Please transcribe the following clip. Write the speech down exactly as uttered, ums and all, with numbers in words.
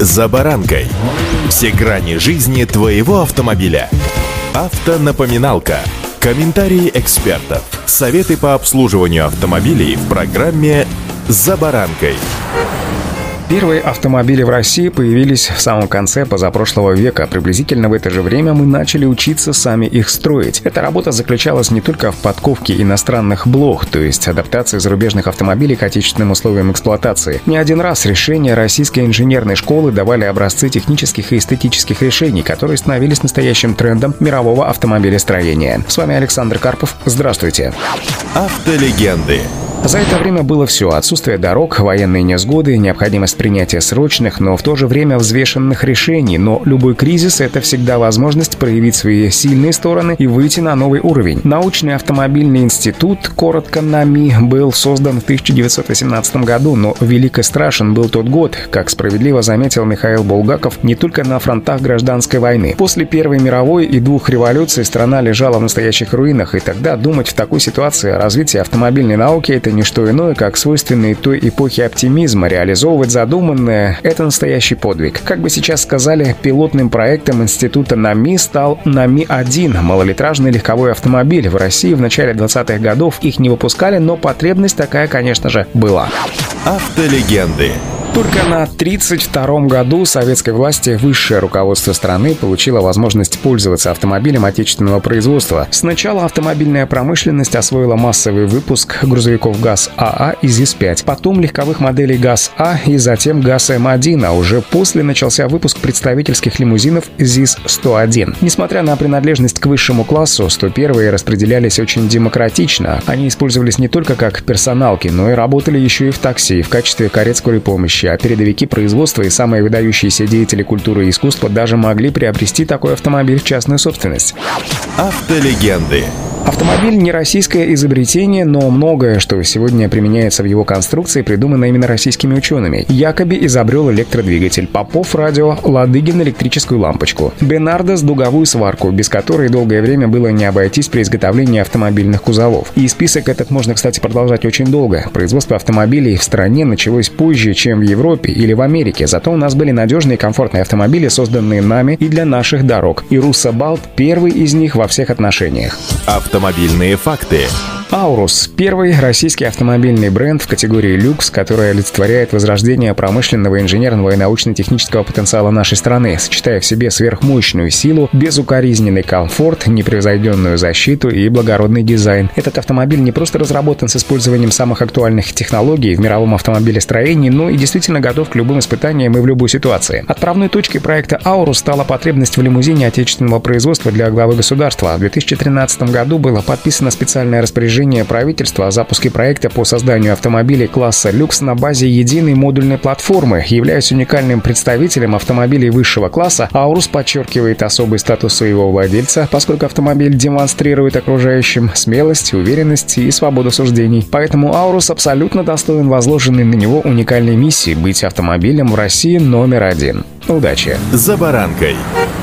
«За баранкой». Все грани жизни твоего автомобиля. Автонапоминалка. Комментарии экспертов. Советы по обслуживанию автомобилей в программе «За баранкой». Первые автомобили в России появились в самом конце позапрошлого века. Приблизительно в это же время мы начали учиться сами их строить. Эта работа заключалась не только в подковке иностранных блох, то есть адаптации зарубежных автомобилей к отечественным условиям эксплуатации. Не один раз решения российской инженерной школы давали образцы технических и эстетических решений, которые становились настоящим трендом мирового автомобилестроения. С вами Александр Карпов. Здравствуйте. Автолегенды. За это время было все: отсутствие дорог, военные невзгоды, необходимость принятия срочных, но в то же время взвешенных решений. Но любой кризис — это всегда возможность проявить свои сильные стороны и выйти на новый уровень. Научный автомобильный институт, коротко НАМИ, был создан в тысяча девятьсот восемнадцатом году, но велик и страшен был тот год, как справедливо заметил Михаил Булгаков, не только на фронтах гражданской войны. После Первой мировой и двух революций страна лежала в настоящих руинах, и тогда думать в такой ситуации о развитии автомобильной науки — это не что иное, как свойственный той эпохе оптимизма. Реализовывать задуманное — это настоящий подвиг. Как бы сейчас сказали, пилотным проектом института НАМИ стал НАМИ один — малолитражный легковой автомобиль. В России в начале двадцатых годов их не выпускали, но потребность такая, конечно же, была. Автолегенды. Только на тридцать втором году советской власти высшее руководство страны получило возможность пользоваться автомобилем отечественного производства. Сначала автомобильная промышленность освоила массовый выпуск грузовиков ГАЗ-АА и ЗИС-пять, потом легковых моделей ГАЗ-А и затем ГАЗ-М один, а уже после начался выпуск представительских лимузинов ЗИС сто один. Несмотря на принадлежность к высшему классу, сто первые распределялись очень демократично. Они использовались не только как персоналки, но и работали еще и в такси, в качестве карет скорой помощи. А передовики производства и самые выдающиеся деятели культуры и искусства даже могли приобрести такой автомобиль в частную собственность. Автолегенды. Автомобиль не российское изобретение, но многое, что сегодня применяется в его конструкции, придумано именно российскими учеными. Якоби изобрел электродвигатель, Попов — радио, Ладыгин — электрическую лампочку, Бенардес — дуговую сварку, без которой долгое время было не обойтись при изготовлении автомобильных кузовов. И список этот можно, кстати, продолжать очень долго. Производство автомобилей в стране началось позже, чем в Европе или в Америке, зато у нас были надежные и комфортные автомобили, созданные нами и для наших дорог. И Руссо-Балт — первый из них во всех отношениях. Автомобильные факты. Аурус — первый российский автомобильный бренд в категории люкс, который олицетворяет возрождение промышленного, инженерного и научно-технического потенциала нашей страны, сочетая в себе сверхмощную силу, безукоризненный комфорт, непревзойденную защиту и благородный дизайн. Этот автомобиль не просто разработан с использованием самых актуальных технологий в мировом автомобилестроении, но и действительно готов к любым испытаниям и в любой ситуации. Отправной точкой проекта Аурус стала потребность в лимузине отечественного производства для главы государства. В две тысячи тринадцатом году было подписано специальное распоряжение правительства о запуске проекта по созданию автомобилей класса люкс на базе единой модульной платформы. Являясь уникальным представителем автомобилей высшего класса, Аурус подчеркивает особый статус своего владельца, поскольку автомобиль демонстрирует окружающим смелость, уверенность и свободу суждений. Поэтому Аурус абсолютно достоин возложенной на него уникальной миссии — быть автомобилем в России номер один. Удачи! За баранкой.